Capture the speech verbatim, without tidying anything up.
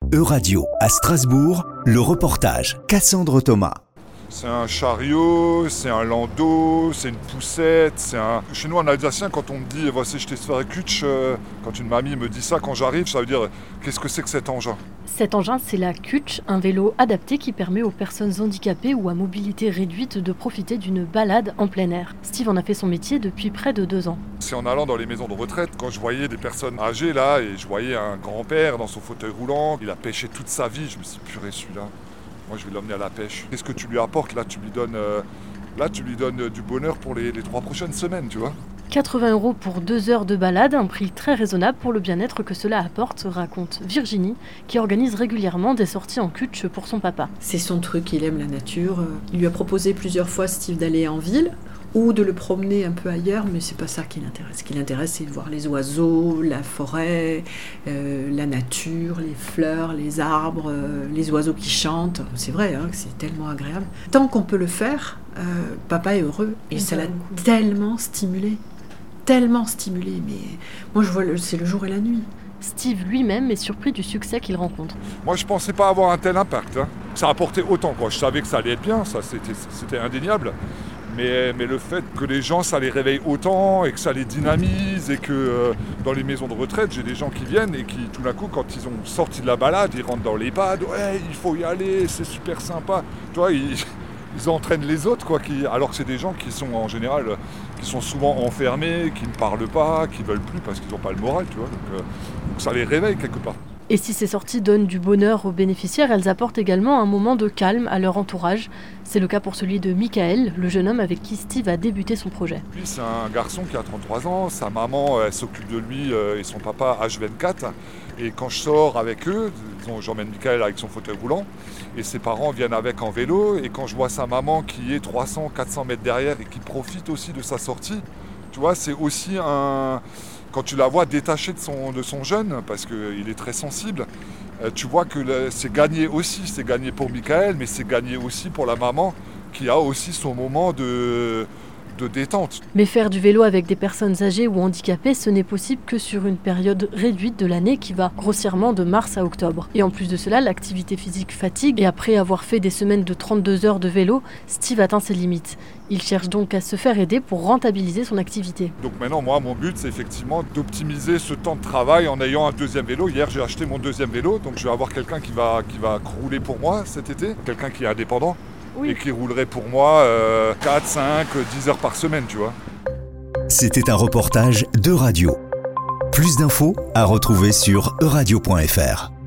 Euradio à Strasbourg, le reportage Cassandre Thomas. C'est un chariot, c'est un landau, c'est une poussette, c'est un... Chez nous en Alsacien, quand on me dit « voici, je t'ai fait kutsch », quand une mamie me dit ça quand j'arrive, ça veut dire « qu'est-ce que c'est que cet engin ?» Cet engin, c'est la kutsch, un vélo adapté qui permet aux personnes handicapées ou à mobilité réduite de profiter d'une balade en plein air. Steve en a fait son métier depuis près de deux ans. C'est en allant dans les maisons de retraite, quand je voyais des personnes âgées là, et je voyais un grand-père dans son fauteuil roulant, il a pêché toute sa vie, je me suis dit « purée, celui-là ». Moi, je vais l'emmener à la pêche. Qu'est-ce que tu lui apportes ? Là, tu lui donnes, euh, là, tu lui donnes du bonheur pour les, les trois prochaines semaines, tu vois. quatre-vingts euros pour deux heures de balade, un prix très raisonnable pour le bien-être que cela apporte, raconte Virginie, qui organise régulièrement des sorties en kutsch pour son papa. C'est son truc, il aime la nature. Il lui a proposé plusieurs fois, Steve, d'aller en ville ou de le promener un peu ailleurs, mais c'est pas ça qui l'intéresse. Ce qui l'intéresse, c'est de voir les oiseaux, la forêt, euh, la nature, les fleurs, les arbres, euh, les oiseaux qui chantent. C'est vrai, hein, c'est tellement agréable. Tant qu'on peut le faire, euh, papa est heureux. Et ça l'a tellement stimulé, tellement stimulé. Mais moi, je vois, le, c'est le jour et la nuit. Steve lui-même est surpris du succès qu'il rencontre. Moi, je pensais pas avoir un tel impact. Hein. Ça a apporté autant, quoi. Je savais que ça allait être bien, ça, c'était, c'était indéniable. Mais, mais le fait que les gens, ça les réveille autant et que ça les dynamise et que euh, dans les maisons de retraite, j'ai des gens qui viennent et qui, tout d'un coup, quand ils ont sorti de la balade, ils rentrent dans l'EHPAD, ouais, il faut y aller, c'est super sympa. Tu vois, ils, ils entraînent les autres, quoi, qui, alors que c'est des gens qui sont en général, qui sont souvent enfermés, qui ne parlent pas, qui ne veulent plus parce qu'ils n'ont pas le moral, tu vois. Donc, euh, donc ça les réveille quelque part. Et si ces sorties donnent du bonheur aux bénéficiaires, elles apportent également un moment de calme à leur entourage. C'est le cas pour celui de Michael, le jeune homme avec qui Steve a débuté son projet. Lui, c'est un garçon qui a trente-trois ans, sa maman, elle s'occupe de lui et son papa H vingt-quatre. Et quand je sors avec eux, disons, j'emmène Michael avec son fauteuil roulant, et ses parents viennent avec en vélo, et quand je vois sa maman qui est trois cents à quatre cents mètres derrière et qui profite aussi de sa sortie, tu vois, c'est aussi un... Quand tu la vois détachée de son, de son jeune, parce qu'il est très sensible, euh, tu vois que le, c'est gagné aussi, c'est gagné pour Michael, mais c'est gagné aussi pour la maman qui a aussi son moment de, de détente. Mais faire du vélo avec des personnes âgées ou handicapées, ce n'est possible que sur une période réduite de l'année qui va grossièrement de mars à octobre. Et en plus de cela, l'activité physique fatigue et après avoir fait des semaines de trente-deux heures de vélo, Steve atteint ses limites. Il cherche donc à se faire aider pour rentabiliser son activité. Donc maintenant, moi, mon but, c'est effectivement d'optimiser ce temps de travail en ayant un deuxième vélo. Hier, j'ai acheté mon deuxième vélo, donc je vais avoir quelqu'un qui va, qui va rouler pour moi cet été, quelqu'un qui est indépendant. Oui. Et qui roulerait pour moi euh, quatre, cinq, dix heures par semaine, tu vois. C'était un reportage d'Euradio. Plus d'infos à retrouver sur euradio point f r.